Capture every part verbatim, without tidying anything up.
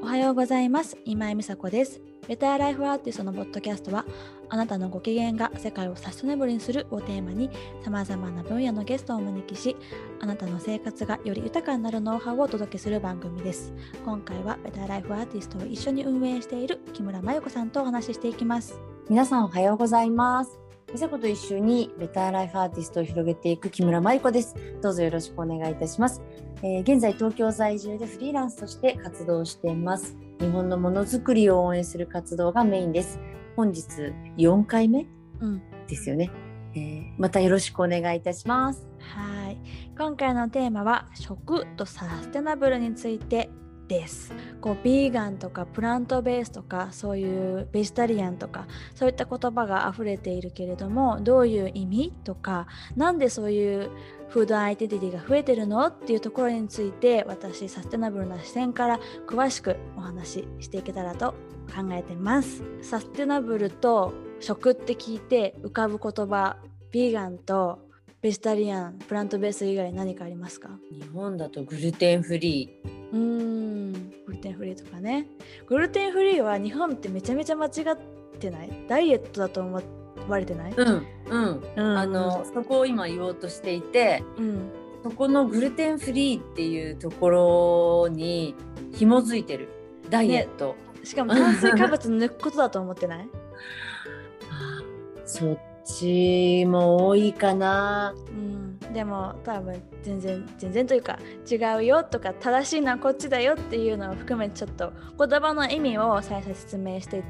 はようございます。今井美佐子です。ベターライフアーティストのポッドキャストは、あなたのご機嫌が世界をサステナブルにするをテーマに、さまざまな分野のゲストをお招きし、あなたの生活がより豊かになるノウハウをお届けする番組です。今回はベターライフアーティストを一緒に運営している木村真由子さんとお話ししていきます。 皆さんおはようございます。美佐子と一緒にベターライフアーティストを広げていく木村真由子です。どうぞよろしくお願いいたします。えー、現在東京在住でフリーランスとして活動しています。日本のものづくりを応援する活動がメインです。本日よんかいめ、うん、ですよね、えー、またよろしくお願いいたします。 はい、今回のテーマは食とサステナブルについてです。こうビーガンとかプラントベースとかそういうベジタリアンとかそういった言葉が溢れているけれども、どういう意味とか、なんでそういうフードアイデンティティが増えてるのっていうところについて、私サステナブルな視点から詳しくお話ししていけたらと考えてます。サステナブルと食って聞いて浮かぶ言葉、ビーガンとベジタリアン、プラントベース以外何かありますか？ 日本だとグルテンフリー。 うーんグルテンフリーとかね。グルテンフリーは日本ってめちゃめちゃ間違ってない？ダイエットだと思われてない？ うんうん、うん、あのそこを今言おうとしていて、うん、そこのグルテンフリーっていうところに紐づいてるダイエット、 ね、しかも炭水化物抜くことだと思ってない？ そっちも多いかな、 うん、でも多分全然全然というか違うよとか、正しいのはこっちだよっていうのを含めてちょっと言葉の意味を再々説明していって、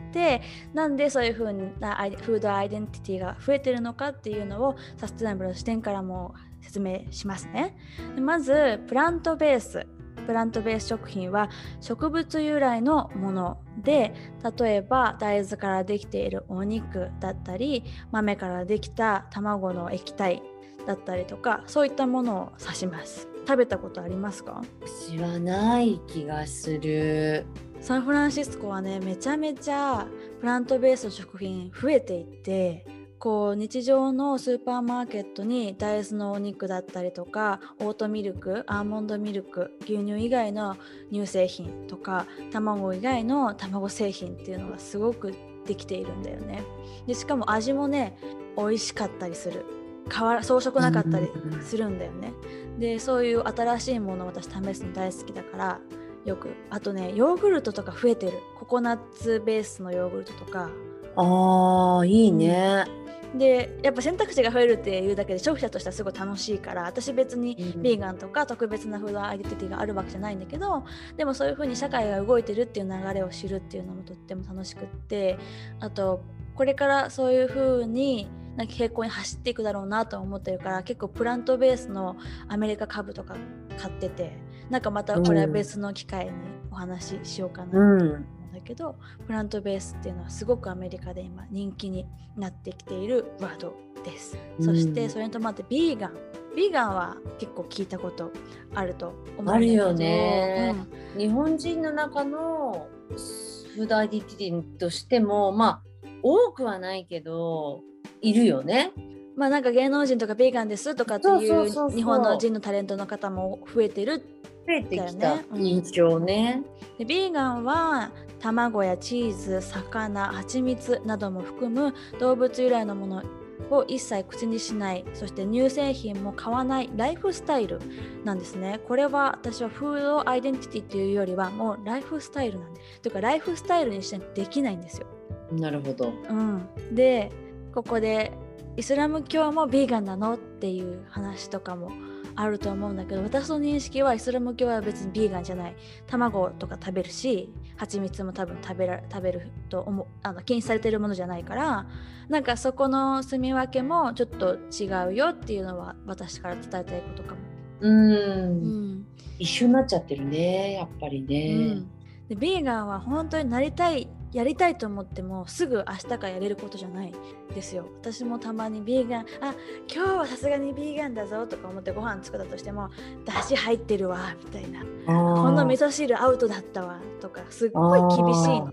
なんでそういう風なフードアイデンティティが増えてるのかっていうのをサステナブルの視点からも説明しますね。まずプラントベースプラントベース食品は植物由来のもので、例えば大豆からできているお肉だったり、豆からできた卵の液体だったりとか、そういったものを指します。食べたことありますか？ 私はない気がする。 サンフランシスコはね、めちゃめちゃプラントベースの食品増えていて、こう日常のスーパーマーケットに大豆のお肉だったりとか、オートミルク、アーモンドミルク、牛乳以外の乳製品とか、卵以外の卵製品っていうのがすごくできているんだよね。でしかも味もね、美味しかったりする。変わら装飾なかったりするんだよね。でそういう新しいものを私試すの大好きだから、よく。あとね、ヨーグルトとか増えてる。ココナッツベースのヨーグルトとか。 あーいいね、 うん、でやっぱ選択肢が増えるっていうだけで消費者としてはすごい楽しいから、私別にビーガンとか特別なフードアイデンティティがあるわけじゃないんだけど、でもそういう風に社会が動いてるっていう流れを知るっていうのもとっても楽しくって、あとこれからそういう風になんか傾向に走っていくだろうなと思ってるから、結構プラントベースのアメリカ株とか買ってて、なんかまたこれは別の機会にお話ししようかなと思うんだけど、うん、プラントベースっていうのはすごくアメリカで今人気になってきているワードです、うん、そしてそれに伴ってビーガンビーガンは結構聞いたことあると思うんだけど、 あるよね、うん、日本人の中のフードアイデンティティとしてもまあ多くはないけどいるよね。 まあなんか芸能人とかビーガンですとかっていう日本の人のタレントの方も増えてる、 増えてきた印象ね、 うん、でビーガンは卵やチーズ、魚、蜂蜜なども含む動物由来のものを一切口にしない、そして乳製品も買わないライフスタイルなんですね。これは私はフードアイデンティティというよりはもうライフスタイルなんで、というかライフスタイルにしてできないんですよ。 なるほど、 うん、でここでイスラム教もビーガンなのっていう話とかもあると思うんだけど、私の認識はイスラム教は別にビーガンじゃない。卵とか食べるし、蜂蜜も多分食べら食べると思う、あの禁止されてるものじゃないから、なんかそこの住み分けもちょっと違うよっていうのは私から伝えたいことかも。 うーん、うん、一緒になっちゃってるね、やっぱりね、うん、 でビーガンは本当になりたいやりたいと思ってもすぐ明日からやれることじゃないですよ。私もたまにビーガン、あ、今日はさすがにビーガンだぞとか思ってご飯作ったとしても、だし入ってるわみたいな、この味噌汁アウトだったわとかすっごい厳しいの。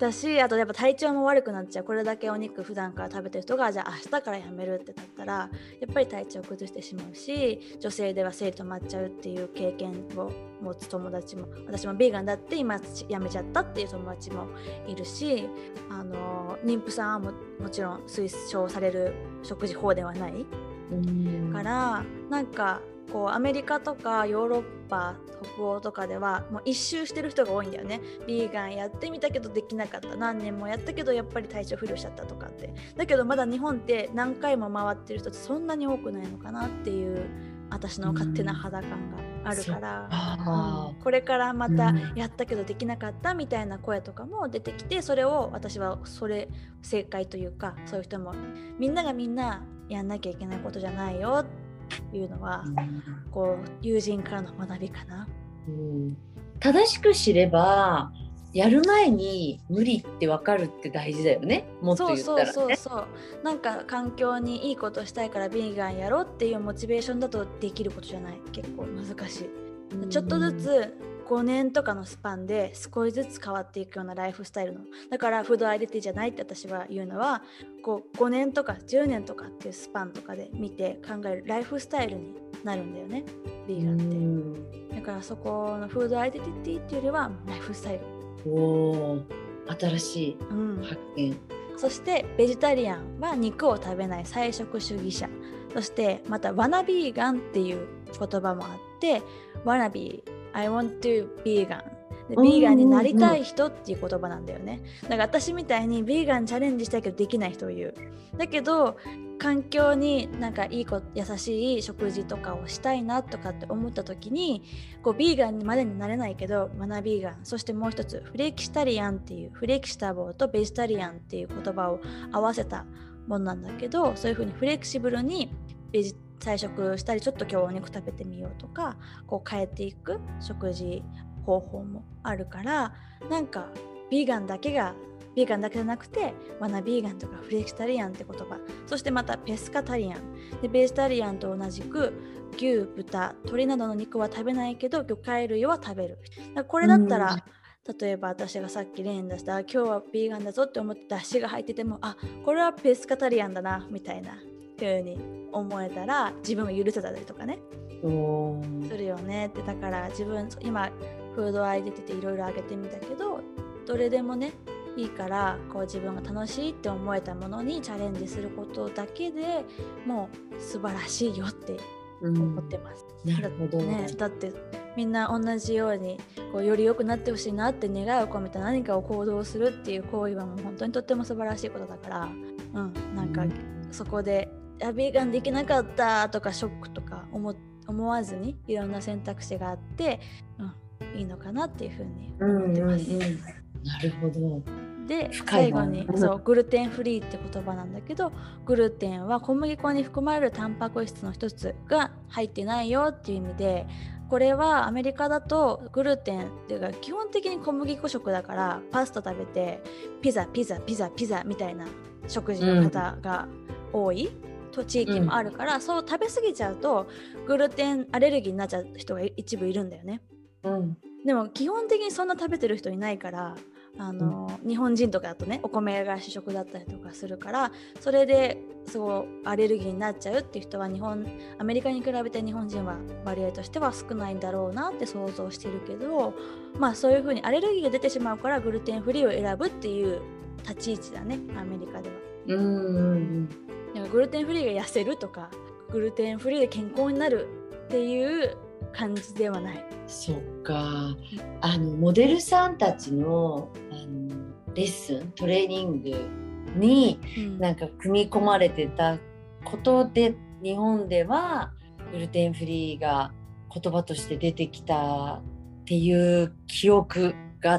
だし、あとやっぱ体調も悪くなっちゃう。これだけお肉普段から食べてる人がじゃあ明日からやめるってなったらやっぱり体調を崩してしまうし、女性では生理止まっちゃうっていう経験を持つ友達も、私もビーガンだって今やめちゃったっていう友達もいるし、あの妊婦さんは も, もちろん推奨される食事法ではないから、なんかこうアメリカとかヨーロッパ北欧とかではもう一周してる人が多いんだよね。ビーガンやってみたけどできなかった、何年もやったけどやっぱり体調不良しちゃったとかって。だけどまだ日本って何回も回ってる人ってそんなに多くないのかなっていう私の勝手な肌感があるから、うん、これからまたやったけどできなかったみたいな声とかも出てきて、それを私はそれ正解というか、そういう人もみんながみんなやんなきゃいけないことじゃないよっていうのは、こう友人からの学びかな。 うん、正しく知ればやる前に無理って分かるって大事だよね。もっと言ったらね。 そうそうそうそう。なんか環境にいいことしたいからビーガンやろうっていうモチベーションだとできることじゃない。結構難しい。うん、ちょっとずつごねんとかのスパンで少しずつ変わっていくようなライフスタイルの。だからフードアイデンティティじゃないって私は言うのは、こうごねんとかじゅうねんとかっていうスパンとかで見て考えるライフスタイルになるんだよね、ビーガンって。うん、だからそこのフードアイデンティティっていうよりはライフスタイル。 おー、新しい発見、うん、 そしてベジタリアンは肉を食べない菜食主義者。そしてまたワナビーガンっていう言葉もあって、ワナビー I want to vegan でビーガンになりたい人っていう言葉なんだよね。だから私みたいにビーガンチャレンジしたいけどできない人を言う。だけど環境になんかいいこ優しい食事とかをしたいなとかって思った時に、こうビーガンまでになれないけどマナビーガン、そしてもう一つフレキシタリアンっていう、フレキシタボーとベジタリアンっていう言葉を合わせたものなんだけど、そういう風にフレキシブルにベジ菜食したり、ちょっと今日お肉食べてみようとか、こう変えていく食事方法もあるから、なんかビーガンだけがビーガンだけじゃなくてワナビーガンとかフレキシタリアンって言葉、そしてまたペスカタリアンで、ベジタリアンと同じく牛、豚、鶏などの肉は食べないけど魚介類は食べる。だからこれだったら、例えば私がさっき例に出した今日はビーガンだぞって思って出汁が入ってても、あ、これはペスカタリアンだなみたいな風に思えたら自分も許せたりとかねするよねって。だから自分今フードアイデンティティいろいろ挙げてみたけど、どれでもねいいから、こう自分が楽しいって思えたものにチャレンジすることだけでもう素晴らしいよって思ってます、 うん、なるほどね。だってみんな同じようにこうより良くなってほしいなって願いを込めた何かを行動するっていう行為はもう本当にとっても素晴らしいことだから、うん、なんかそこであビーガンできなかったとかショックとか 思, 思わずにいろんな選択肢があって、うん、いいのかなっていうふうに思ってます、うんうんうん、 なるほど。 で最後にそうグルテンフリーって言葉なんだけど、グルテンは小麦粉に含まれるタンパク質の一つが入ってないよっていう意味で、これはアメリカだとグルテンっていうか基本的に小麦粉食だから、パスタ食べてピザピザピザピザみたいな食事の方が多い、うん、地域もあるから、うん、そう食べ過ぎちゃうとグルテンアレルギーになっちゃう人が一部いるんだよね、うん、でも基本的にそんな食べてる人いないから、あの、うん、日本人とかだとねお米が主食だったりとかするから、それでそうアレルギーになっちゃうっていう人は日本アメリカに比べて日本人は割合としては少ないんだろうなって想像してるけど、まあそういう風にアレルギーが出てしまうからグルテンフリーを選ぶっていう立ち位置だね、アメリカでは。うんうんうん、なんかグルテンフリーが痩せるとかグルテンフリーで健康になるっていう感じではない。 そっか。あのモデルさんたちの、あのレッスントレーニングに、うん、なんか組み込まれてたことで日本ではグルテンフリーが言葉として出てきたっていう記憶があって、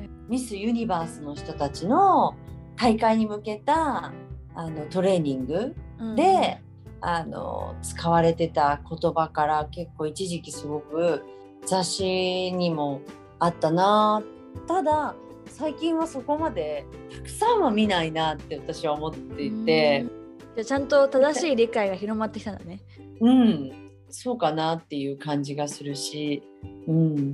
ミスユニバースの人たちの大会に向けたあのトレーニングで、うん、あの使われてた言葉から結構一時期すごく雑誌にもあったな。ただ最近はそこまでたくさんは見ないなって私は思っていて、 じゃあちゃんと正しい理解が広まってきたんだね。 うん、そうかなっていう感じがするし、うん、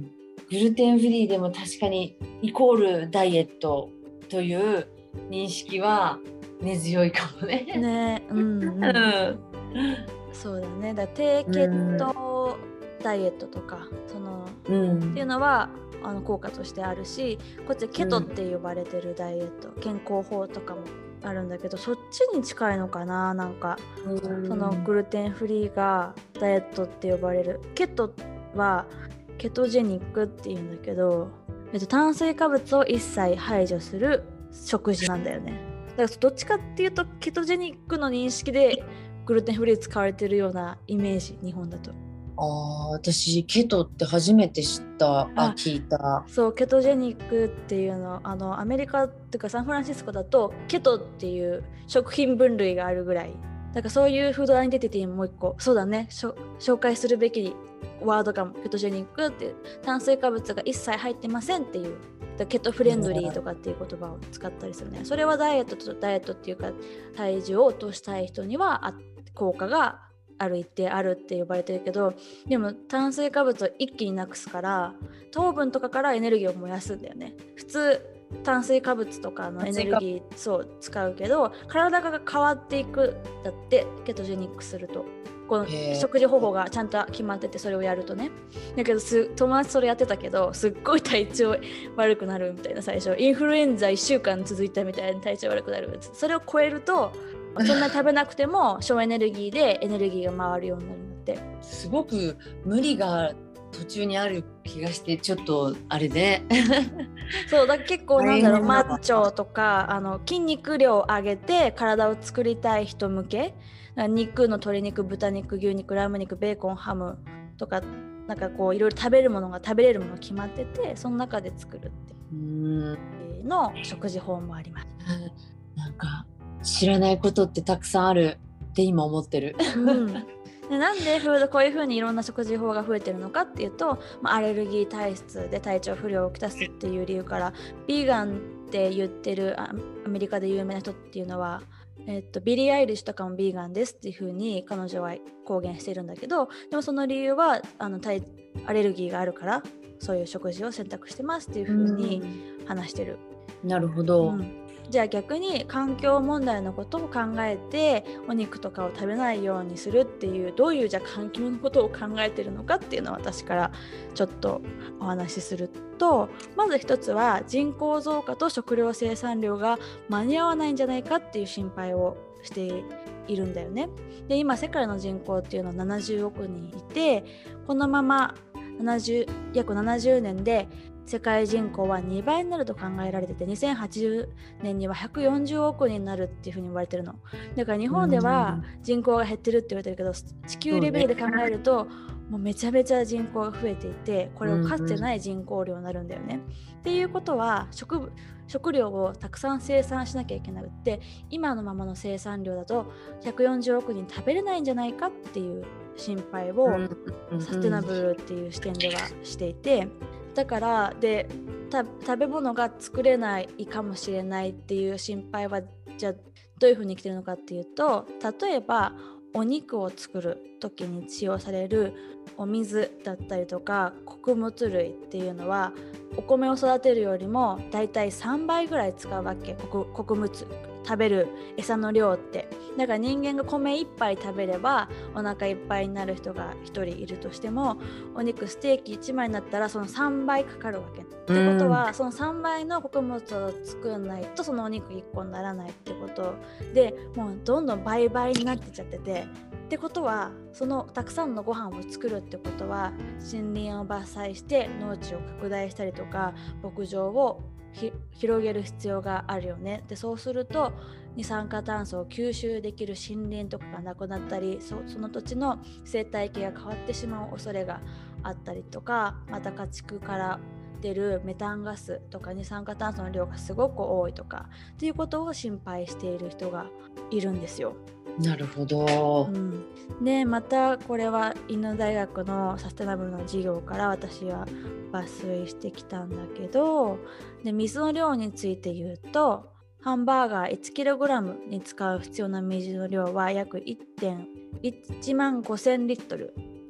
グルテンフリーでも確かにイコールダイエットという認識は根強いかもね。 ね、うん、うんうん、 そうだね。だ低血糖ダイエットとか、その、うん、っていうのはあの効果としてあるし、こっちケトって呼ばれてるダイエット、うん、健康法とかもあるんだけど、そっちに近いのかな。なんか、うん、そのグルテンフリーがダイエットって呼ばれる。ケトはケトジェニックっていうんだけど、えっと、炭水化物を一切排除する食事なんだよね。だからどっちかっていうとケトジェニックの認識でグルテンフリー使われてるようなイメージ、日本だと。 あ、私ケトって初めて知った。あ、あ聞いた。 そう、ケトジェニックっていうの、あのアメリカっていうかサンフランシスコだとケトっていう食品分類があるぐらいだから、そういうフードアイデンティティもう一個、そうだね、紹介するべきワードかも。ケトジェニックっていう、炭水化物が一切入ってませんっていう、ケトフレンドリーとかっていう言葉を使ったりするね。それはダイエットとダイエットっていうか、体重を落としたい人には効果がある一定あるって呼ばれてるけど、でも炭水化物を一気になくすから糖分とかからエネルギーを燃やすんだよね。普通炭水化物とかのエネルギーそう使うけど、体が変わっていくだって、ケトジェニックすると。この食事方法がちゃんと決まってて、それをやるとね。だけどす友達それやってたけど、すっごい体調悪くなるみたいな。最初インフルエンザいっしゅうかん続いたみたいな、体調悪くなる。それを超えるとそんなに食べなくても省エネルギーでエネルギーが回るようになるんだって。 すごく無理が途中にある気がして、ちょっとあれでそうだ、結構なんだろう、マッチョとかあの筋肉量を上げて体を作りたい人向け、肉の鶏肉、豚肉、牛肉、ラム肉、ベーコン、ハムとか、なんかこういろいろ食べるものが食べれるもの決まってて、その中で作るっていうの食事法もあります。 なんか知らないことってたくさんあるって今思ってる、 うんでなんでフードこういう風にいろんな食事法が増えてるのかっていうと、まあ、アレルギー体質で体調不良をきたすっていう理由から、ビーガンって言ってるアメリカで有名な人っていうのは、えっと、ビリー・アイリッシュとかもビーガンですっていう風に彼女は公言してるんだけど、でもその理由はあの体アレルギーがあるからそういう食事を選択してますっていう風に話してる。 なるほど、 うん、じゃあ逆に環境問題のことを考えてお肉とかを食べないようにするっていう、どういうじゃあ環境のことを考えてるのかっていうのを私からちょっとお話しすると、まず一つは人口増加と食料生産量が間に合わないんじゃないかっていう心配をしているんだよね。で今世界の人口っていうのはななじゅうおくにんいて、このままななじゅう約ななじゅうねんで世界人口はにばいになると考えられてて、にせんはちじゅうねんにはひゃくよんじゅうおくにんになるっていうふうに言われてるの。だから日本では人口が減ってるって言われてるけど、地球レベルで考えるともうめちゃめちゃ人口が増えていて、これをかつてない人口量になるんだよね。っていうことは 食, 食料をたくさん生産しなきゃいけなくて、今のままの生産量だとひゃくよんじゅうおくにん食べれないんじゃないかっていう心配をサステナブルっていう視点ではしていて、だからで食べ物が作れないかもしれないっていう心配はじゃあどういうふうに生きてるのかっていうと、例えばお肉を作る時に使用されるお水だったりとか穀物類っていうのはお米を育てるよりもだいたいさんばいぐらい使うわけ。穀物食べる餌の量って。だから人間が米いっぱい食べればお腹いっぱいになる人がひとりいるとしても、お肉ステーキいちまいになったらそのさんばいかかるわけ。ってことはそのさんばいの穀物を作らないとそのお肉いっこにならないってことで、もうどんどん倍々になってちゃってて、ってことはそのたくさんのご飯を作るってことは森林を伐採して農地を拡大したりとか牧場を広げる必要があるよね。でそうすると二酸化炭素を吸収できる森林とかがなくなったり、 そ, その土地の生態系が変わってしまう恐れがあったりとか、また家畜から出るメタンガスとか二酸化炭素の量がすごく多いとかっていうことを心配している人がいるんですよ。 なるほど、 うん、でまたこれは犬大学のサステナブルの授業から私は抜粋してきたんだけど、で水の量について言うと、ハンバーガー いちキログラム に使う必要な水の量は約いちまんごせんリットル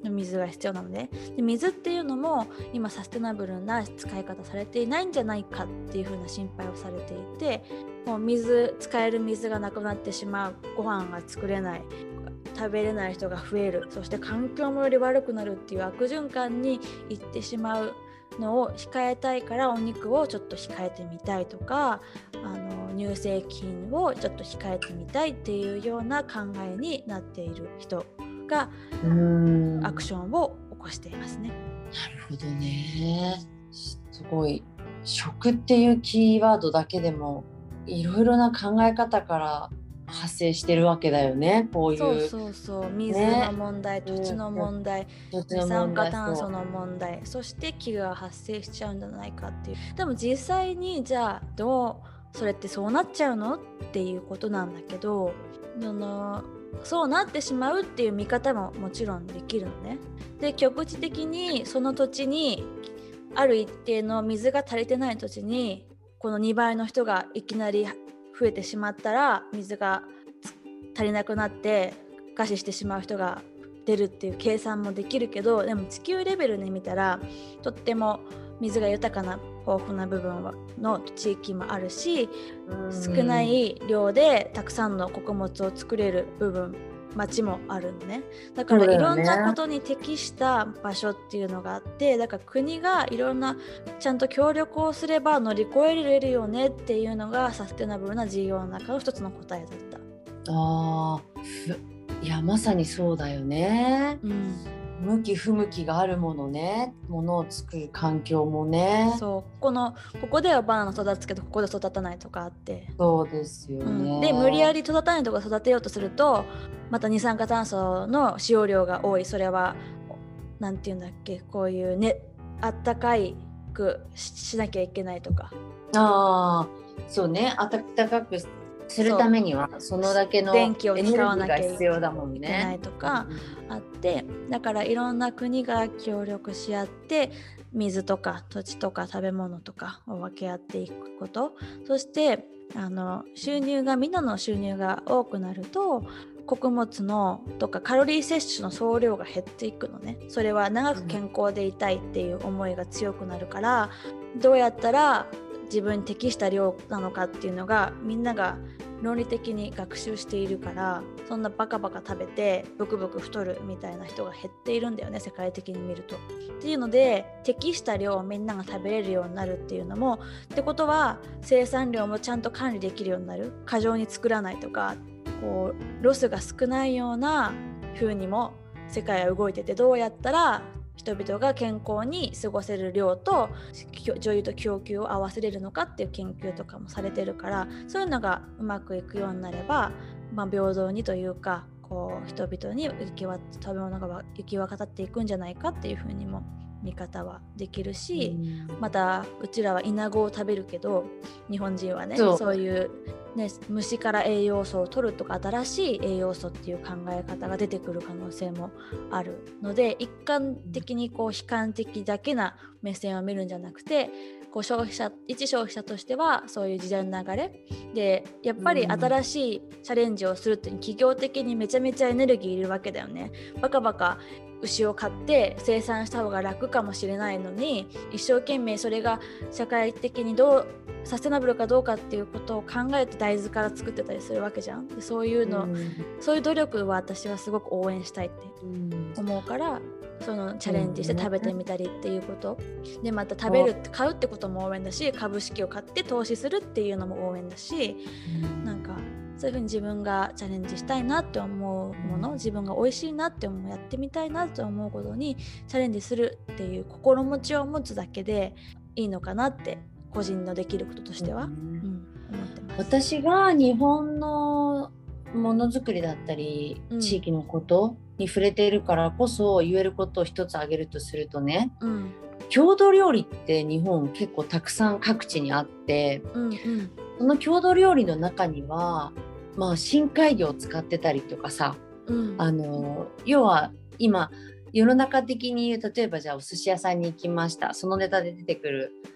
の水が必要なので、で水っていうのも今サステナブルな使い方されていないんじゃないかっていう風な心配をされていて、もう水使える水がなくなってしまう、ご飯が作れない、食べれない人が増える、そして環境もより悪くなるっていう悪循環に行ってしまうのを控えたいから、お肉をちょっと控えてみたいとか、あの乳製品をちょっと控えてみたいっていうような考えになっている人がうーんアクションを起こしていますね。 なるほどね。すごい食っていうキーワードだけでもいろいろな考え方から発生してるわけだよね。こういうそうそうそう、水の問題、ね、土地の問題、 土地の二酸問題、 化炭素の問題、そして飢餓が発生しちゃうんじゃないかっていう。でも実際にじゃあどうそれってそうなっちゃうのっていうことなんだけど、そのそうなってしまうっていう見方ももちろんできるのね。で、局地的にその土地にある一定の水が足りてない土地にこのにばいの人がいきなり増えてしまったら、水が足りなくなって餓死してしまう人が出るっていう計算もできるけど、でも地球レベルで見たらとっても水が豊かな豊富な部分の地域もあるし、少ない量でたくさんの穀物を作れる部分町もあるのね。だからいろんなことに適した場所っていうのがあって、だから国がいろんなちゃんと協力をすれば乗り越えれるよねっていうのがサステナブルな事業の中の一つの答えだった。 あー、いやまさにそうだよね、うん、向き不向きがあるものね、ものを作る環境もね。 そうこのここではバナナ育つけどここで育たないとかあって、 そうですよね、 うん、で無理やり育たないとこ育てようとするとまた二酸化炭素の使用量が多い。それはなんていうんだっけ、こういうねあったかいく し, しなきゃいけないとか。 ああそうね、あったかくするためにはそのだけの電気を使わなきゃいけないとかあって、だからいろんな国が協力し合って水とか土地とか食べ物とかを分け合っていくこと、そしてあの収入がみんなの収入が多くなると穀物のとかカロリー摂取の総量が減っていくのね。それは長く健康でいたいっていう思いが強くなるから、どうやったら自分に適した量なのかっていうのがみんなが論理的に学習しているから、そんなバカバカ食べてブクブク太るみたいな人が減っているんだよね、世界的に見ると。っていうので適した量をみんなが食べれるようになるっていうのも、ってことは生産量もちゃんと管理できるようになる、過剰に作らないとか、こうロスが少ないような風にも世界は動いてて、どうやったら人々が健康に過ごせる量と需要と供給を合わせれるのかっていう研究とかもされてるから、そういうのがうまくいくようになれば、まあ、平等にというかこう人々に行きわ食べ物が行き渡っていくんじゃないかっていうふうにも見方はできるし、またうちらはイナゴを食べるけど日本人はね、そう、そういうね、虫から栄養素を取るとか新しい栄養素っていう考え方が出てくる可能性もあるので、一貫的にこう悲観的だけな目線を見るんじゃなくて、こう消費者一消費者としてはそういう時代の流れでやっぱり新しいチャレンジをするって企業的にめちゃめちゃエネルギーいるわけだよね。バカバカ牛を買って生産した方が楽かもしれないのに、一生懸命それが社会的にどうサステナブルかどうかっていうことを考えて大豆から作ってたりするわけじゃん。でそういうの、うん、そういう努力は私はすごく応援したいって思うから、そのチャレンジして食べてみたりっていうこと、うん、でまた食べるって買うってことも応援だし、株式を買って投資するっていうのも応援だし、うん、なんかそういうふうに自分がチャレンジしたいなって思うもの、自分が美味しいなって思う、やってみたいなと思うことにチャレンジするっていう心持ちを持つだけでいいのかなって、個人のできることとしては、うんうん、思ってます。 私が日本のものづくりだったり、うん、地域のことに触れているからこそ言えることを一つ挙げるとするとね、うん、郷土料理って日本結構たくさん各地にあって、うんうん、その郷土料理の中にはまあ深海魚を使ってたりとかさ、うん、あの要は今世の中的に言う、例えばじゃあお寿司屋さんに行きました、そのネタで出てくる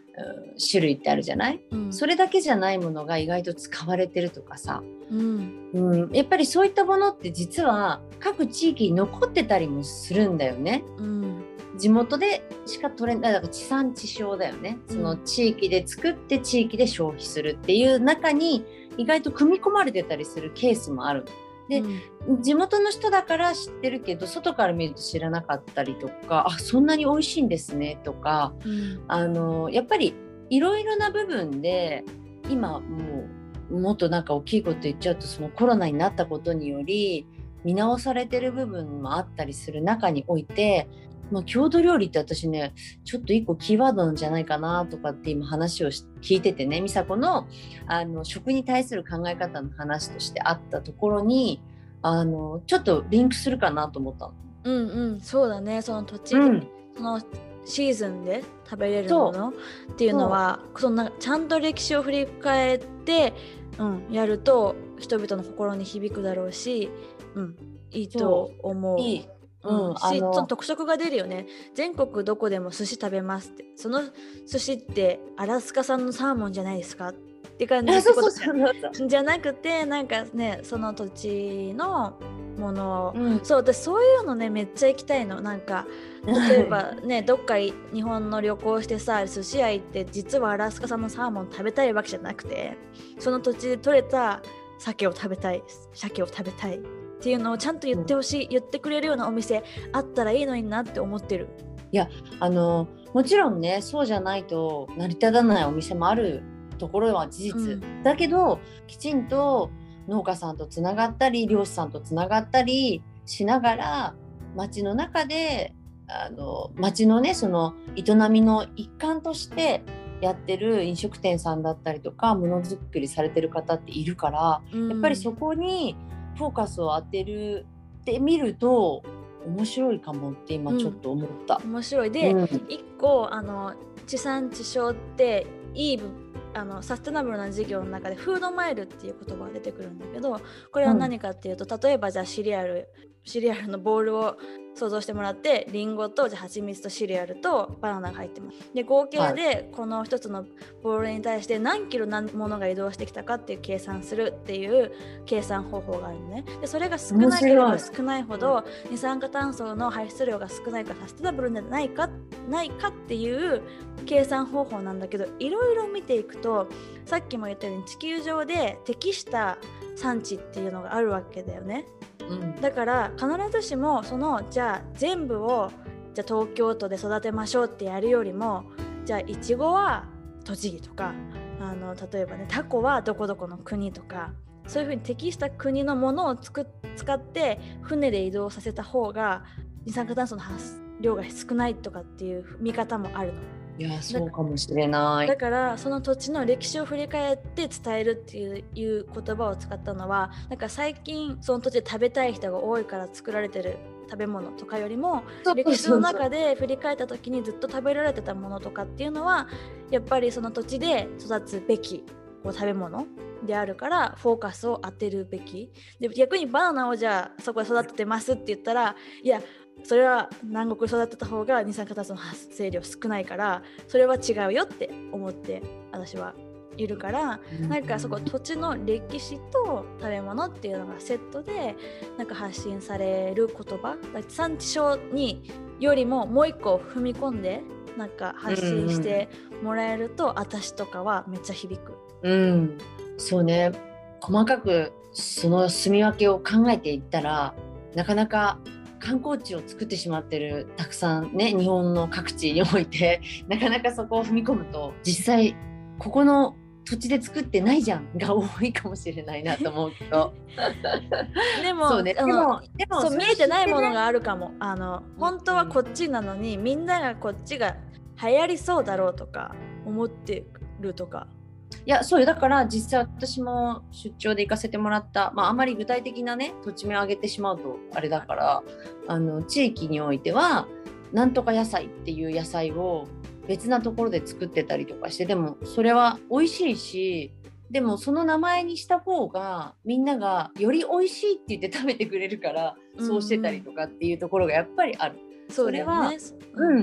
うん、種類ってあるじゃない、うん、それだけじゃないものが意外と使われてるとかさ、うんうん、やっぱりそういったものって実は各地域に残ってたりもするんだよね、うん、地元でしか取れない、だから地産地消だよね、うん、その地域で作って地域で消費するっていう中に意外と組み込まれてたりするケースもあるで、うん、地元の人だから知ってるけど外から見ると知らなかったりとか、あ、そんなに美味しいんですねとか、うん、あのやっぱりいろいろな部分で今もうもっとなんか大きいこと言っちゃうと、そのコロナになったことにより見直されてる部分もあったりする中において、まあ、郷土料理って私ねちょっと一個キーワードなんじゃないかなとかって今話を聞いててね、美佐子の、あの食に対する考え方の話としてあったところにあのちょっとリンクするかなと思ったの。 うんうん、そうだね。その土地で、うん、そのシーズンで食べれるものっていうのはそんなちゃんと歴史を振り返って、うん、やると人々の心に響くだろうし、うん、いいと思う。いいうん、し、その特色が出るよね。全国どこでも寿司食べますって、その寿司ってアラスカ産のサーモンじゃないですかって感じってことじゃなくて、なんかねその土地のものを、うん、そう私そういうのねめっちゃ行きたいの。なんか例えばねどっか日本の旅行してさ寿司屋行って実はアラスカ産のサーモン食べたいわけじゃなくて、その土地で採れた鮭を食べたい、鮭を食べたいっていうのをちゃんと言ってほしい、うん、言ってくれるようなお店あったらいいのになって思ってる。 いやあのもちろんねそうじゃないと成り立たないお店もあるところは事実、うん、だけどきちんと農家さんとつながったり漁師さんとつながったりしながら町の中であの町のねその営みの一環としてやってる飲食店さんだったりとかものづくりされてる方っているから、うん、やっぱりそこにフォーカスを当てるってみると面白いかもって今ちょっと思った、 うん、面白いで、うん、一個あの地産地消っていいあのサステナブルな事業の中でフードマイルっていう言葉が出てくるんだけど、これは何かっていうと、うん、例えばじゃあシリアルシリアルのボールを想像してもらって、リンゴとじゃあ蜂蜜とシリアルとバナナが入ってます。で合計でこの一つのボールに対して何キロ何ものが移動してきたかっていう計算するっていう計算方法があるのね。でそれが少なければ少ないほど二酸化炭素の排出量が少ないからサステナブルじゃないかないかっていう計算方法なんだけど、いろいろ見ていくとさっきも言ったように地球上で適した産地っていうのがあるわけだよね。うん、だから必ずしもそのじゃあ全部をじゃあ東京都で育てましょうってやるよりも、じゃあいちごは栃木とか、あの例えばねタコはどこどこの国とか、そういう風に適した国のものをつく使って船で移動させた方が二酸化炭素の発量が少ないとかっていう見方もあるの。 いやそうかもしれない。 だからその土地の歴史を振り返って伝えるっていう言葉を使ったのは、なんか最近その土地で食べたい人が多いから作られてる食べ物とかよりも、歴史の中で振り返った時にずっと食べられてたものとかっていうのはやっぱりその土地で育つべきこう食べ物であるからフォーカスを当てるべきで、逆にバナナをじゃあそこで育ててますって言ったら、いやそれは南国で育てた方が二酸化炭素の発生量少ないからそれは違うよって思って私はいるから、なんかそこ土地の歴史と食べ物っていうのがセットでなんか発信される言葉、地産地消によりももう一個踏み込んでなんか発信してもらえると、私とかはめっちゃ響く。 うん、そうね。細かくその住み分けを考えていったらなかなか観光地を作ってしまってるたくさんね日本の各地においてなかなかそこを踏み込むと実際ここの土地で作ってないじゃんが多いかもしれないなと思うけどでもそう、ね、でもでもそう見えてないものがあるかも。あの本当はこっちなのに、うん、みんながこっちが流行りそうだろうとか思ってるとか。 いやそうよ。だから実際私も出張で行かせてもらった、まあ、あまり具体的なね土地名を挙げてしまうとあれだから、あの地域においてはなんとか野菜っていう野菜を別なところで作ってたりとかして、でもそれは美味しいし、でもその名前にした方がみんながより美味しいって言って食べてくれるからそうしてたりとかっていうところがやっぱりある。 うんうん、それは、 うん、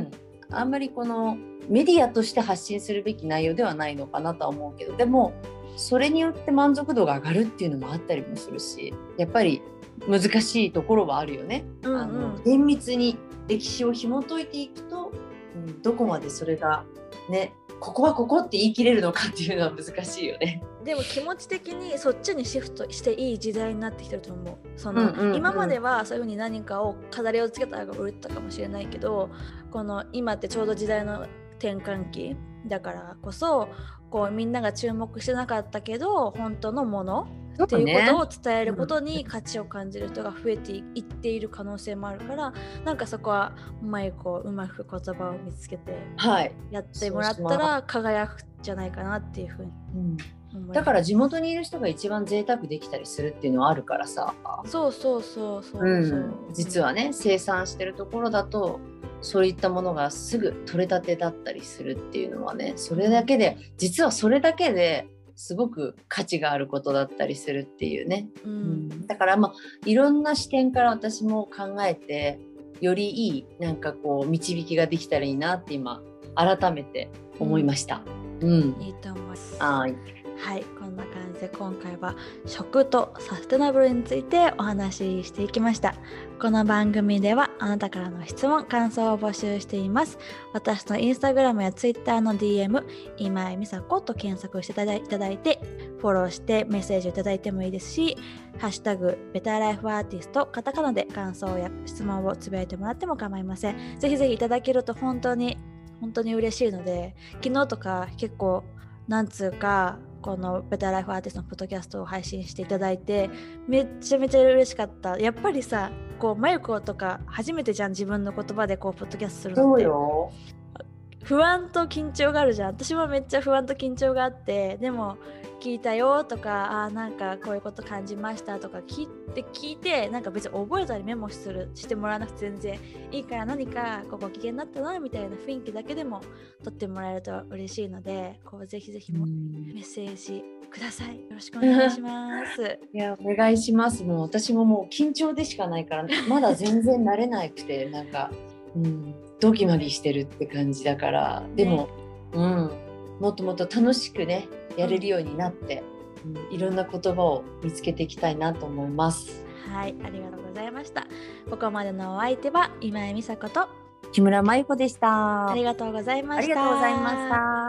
あんまりこのメディアとして発信するべき内容ではないのかなとは思うけど、でもそれによって満足度が上がるっていうのもあったりもするし、やっぱり難しいところはあるよね。うんうん、あの厳密に歴史を紐解いていくと、うん、どこまでそれがね、ここはここって言い切れるのかっていうのは難しいよね。 でも気持ち的にそっちにシフトしていい時代になってきてると思う。その、うんうんうん、今まではそういう風に何かを飾りをつけたら売れたかもしれないけど、この今ってちょうど時代の転換期だからこそ、こうみんなが注目してなかったけど本当のものっていうことを伝えることに価値を感じる人が増えていっている可能性もあるから、なんかそこはうまいこううまく言葉を見つけてやってもらったら輝くんじゃないかなっていうふうに、 うん、だから地元にいる人が一番贅沢できたりするっていうのはあるからさ。 そうそうそうそうそう、うん、 実はね、生産してるところだとそういったものがすぐ取れたてだったりするっていうのはね、それだけで実はそれだけですごく価値があることだったりするっていうね、うんうん、だからまあいろんな視点から私も考えて、よりいいなんかこう導きができたらいいなって今改めて思いました。うん、うん、 いいと思います。 はい、 はい、こんな感じで今回は食とサステナブルについてお話ししていきました。この番組ではあなたからの質問、感想を募集しています。私のインスタグラムやツイッターの ディーエム 今井美佐子と検索していただいてフォローしてメッセージをいただいてもいいですし、ハッシュタグベターライフアーティストカタカナで感想や質問をつぶやいてもらっても構いません。ぜひぜひいただけると本当に本当に嬉しいので、昨日とか結構なんつうかこのベターライフアーティストのポッドキャストを配信していただいてめちゃめちゃ嬉しかった。やっぱりさ、こうまゆことか初めてじゃん、自分の言葉でこうポッドキャストするのって。そうよ。不安と緊張があるじゃん。私もめっちゃ不安と緊張があって、でも聞いたよとか、あなんかこういうこと感じましたとか聞いて聞いて、なんか別に覚えたりメモするしてもらわなくて全然いいから、何かここ危険だったなみたいな雰囲気だけでも取ってもらえると嬉しいので、こうぜひぜひもメッセージください。よろしくお願いしますいやお願いします。もう私ももう緊張でしかないからまだ全然慣れなくてなんか、うん、ドキマギしてるって感じだから、でも、ね、うん、もっともっと楽しくねやれるようになって、うんうん、いろんな言葉を見つけていきたいなと思います。 はい、ありがとうございました。ここまでのお相手は今井美佐子と木村真由子でした。 ありがとうございました。 ありがとうございました。